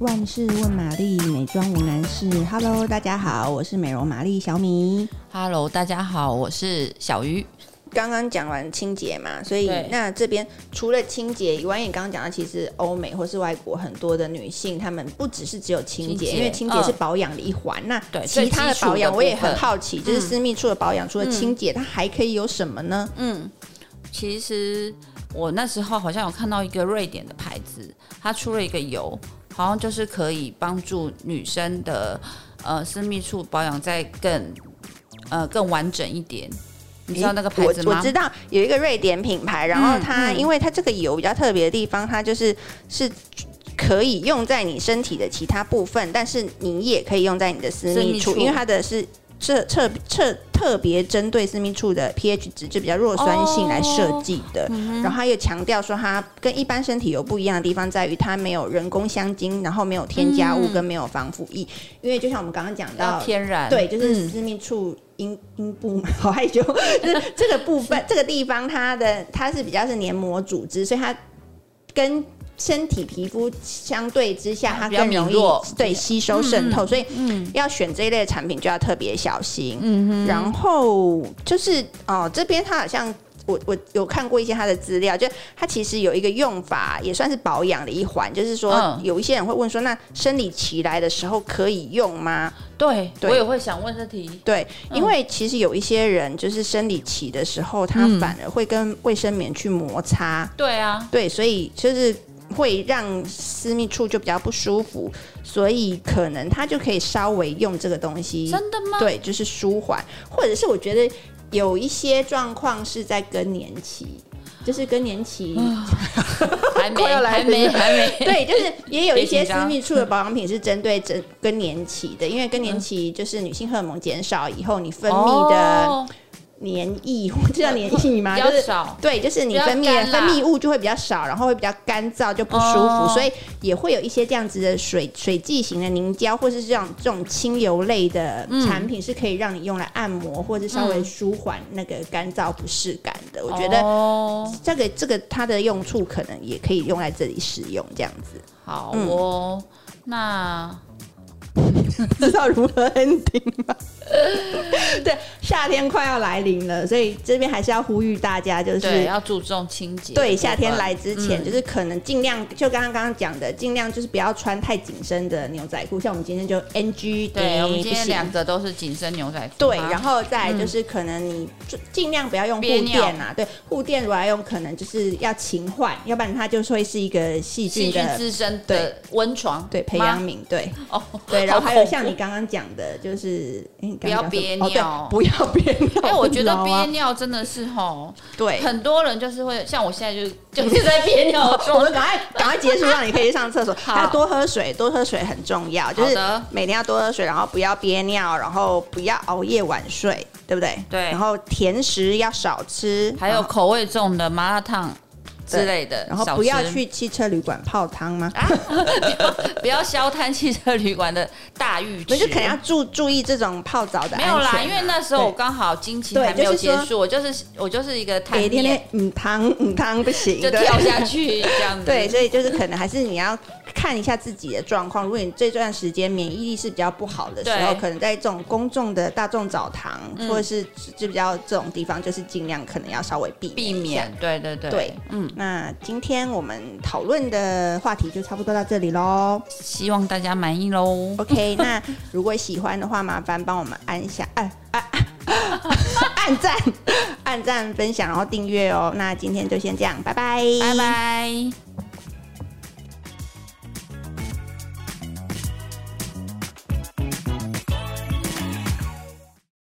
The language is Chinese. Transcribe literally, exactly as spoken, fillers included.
万事问玛丽，美妆无难事。Hello， 大家好，我是美容玛丽小米。 Hello， 大家好，我是小鱼。 刚刚讲完清洁嘛，所以那这边除了清洁以外，你刚刚讲到，其实欧美或是外国很多的女性，她们不只是只有清洁，因为清洁是保养的一环。嗯、那其他的保养，我也很好奇，就是私密处的保养，嗯、除了清洁，它还可以有什么呢？ 嗯，其实我那时候好像有看到一个瑞典的牌子，它出了一个油，好像就是可以帮助女生的呃私密处保养再更呃更完整一点。你知道那个牌子吗？ 我, 我知道有一个瑞典品牌，然后它、嗯嗯、因为它这个油比较特别的地方，它就是是可以用在你身体的其他部分，但是你也可以用在你的私密处，因为它的是特特特特别针对私密处的 pH 值就比较弱酸性来设计的。哦嗯、然后它又强调说，它跟一般身体有不一样的地方在于，它没有人工香精，然后没有添加物，跟没有防腐液。嗯、因为就像我们刚刚讲到， 天然对，就是私密处。阴阴部嘛，好害羞，就是这个部分，这个地方它的它是比较是黏膜组织，所以它跟身体皮肤相对之下，它更容易对吸收渗透，嗯、所以要选这一类的产品就要特别小心。嗯、然后就是哦，这边它好像。我, 我有看过一些他的资料，就他其实有一个用法，也算是保养的一环，就是说、嗯、有一些人会问说，那生理期来的时候可以用吗？ 对，对我也会想问这题。 对，嗯、因为其实有一些人就是生理期的时候，他反而会跟卫生棉去摩擦。 嗯、对啊， 对，所以就是会让私密处就比较不舒服，所以可能他就可以稍微用这个东西。 真的吗？ 对，就是舒缓，或者是我觉得。有一些状况是在更年期，就是更年期还没还没还没对，就是也有一些私密处的保养品是针对更年期的，因为更年期就是女性荷尔蒙减少以后，你分泌的黏液，这叫黏液吗？ 比较少， 就是、对，就是你分泌的分泌物就会比较少，然后会比较干燥，就不舒服，哦、所以也会有一些这样子的水水剂型的凝胶，或是这种这种清油类的产品，是可以让你用来按摩，或者稍微舒缓那个干燥不适感的。嗯、我觉得这个这个它的用处可能也可以用在这里使用，这样子。 好哦，嗯、那。 知道如何 ending 吗？对，夏天快要来临了，所以这边还是要呼吁大家，就是对要注重清洁。 对，夏天来之前，嗯、就是可能尽量就刚刚刚刚讲的，尽量就是不要穿太紧身的牛仔裤。像我们今天就 N G， 对，我们今天两个都是紧身牛仔裤。 对，然后再来就是可能你尽量不要用护垫啊，对，护垫如果要用，可能就是要勤换，要不然它就会是一个细菌的细菌滋生的温床， 对，培养皿，对，哦，对。然后还有像你刚刚讲的，就是不要憋尿， 哦、不要憋尿。 哎、欸，我觉得憋尿真的是吼， 对， 很多人就是会像我现在就就是在憋尿。 我们赶快赶快结束，让你可以去上厕所。还有多喝水，多喝水很重要，就是每天要多喝水，然后不要憋尿，然后不要熬夜晚睡，对不对？ 对。 然后甜食要少吃， 还有口味重的麻辣烫。之类的， 然后不要去汽车旅馆泡汤吗？ 啊、不要消摊汽车旅馆的大浴池， 就可能要注注意这种泡澡的安全、啊。 没有啦，因为那时候我刚好经期还没有结束，我就是我就是一个贪念， 天天嗯汤嗯汤不行， 就跳下去这样子。 对，所以就是可能还是你要看一下自己的状况。如果你这段时间免疫力是比较不好的时候，可能在这种公众的大众澡堂、嗯、或者是就比较这种地方，就是尽量可能要稍微避免避免。对对对， 对，嗯。那今天我们讨论的话题就差不多到这里咯， 希望大家满意咯。 OK， 那如果喜欢的话，麻烦帮我们按一下按按按赞按赞分享然后订阅哦。那今天就先这样，拜拜拜拜。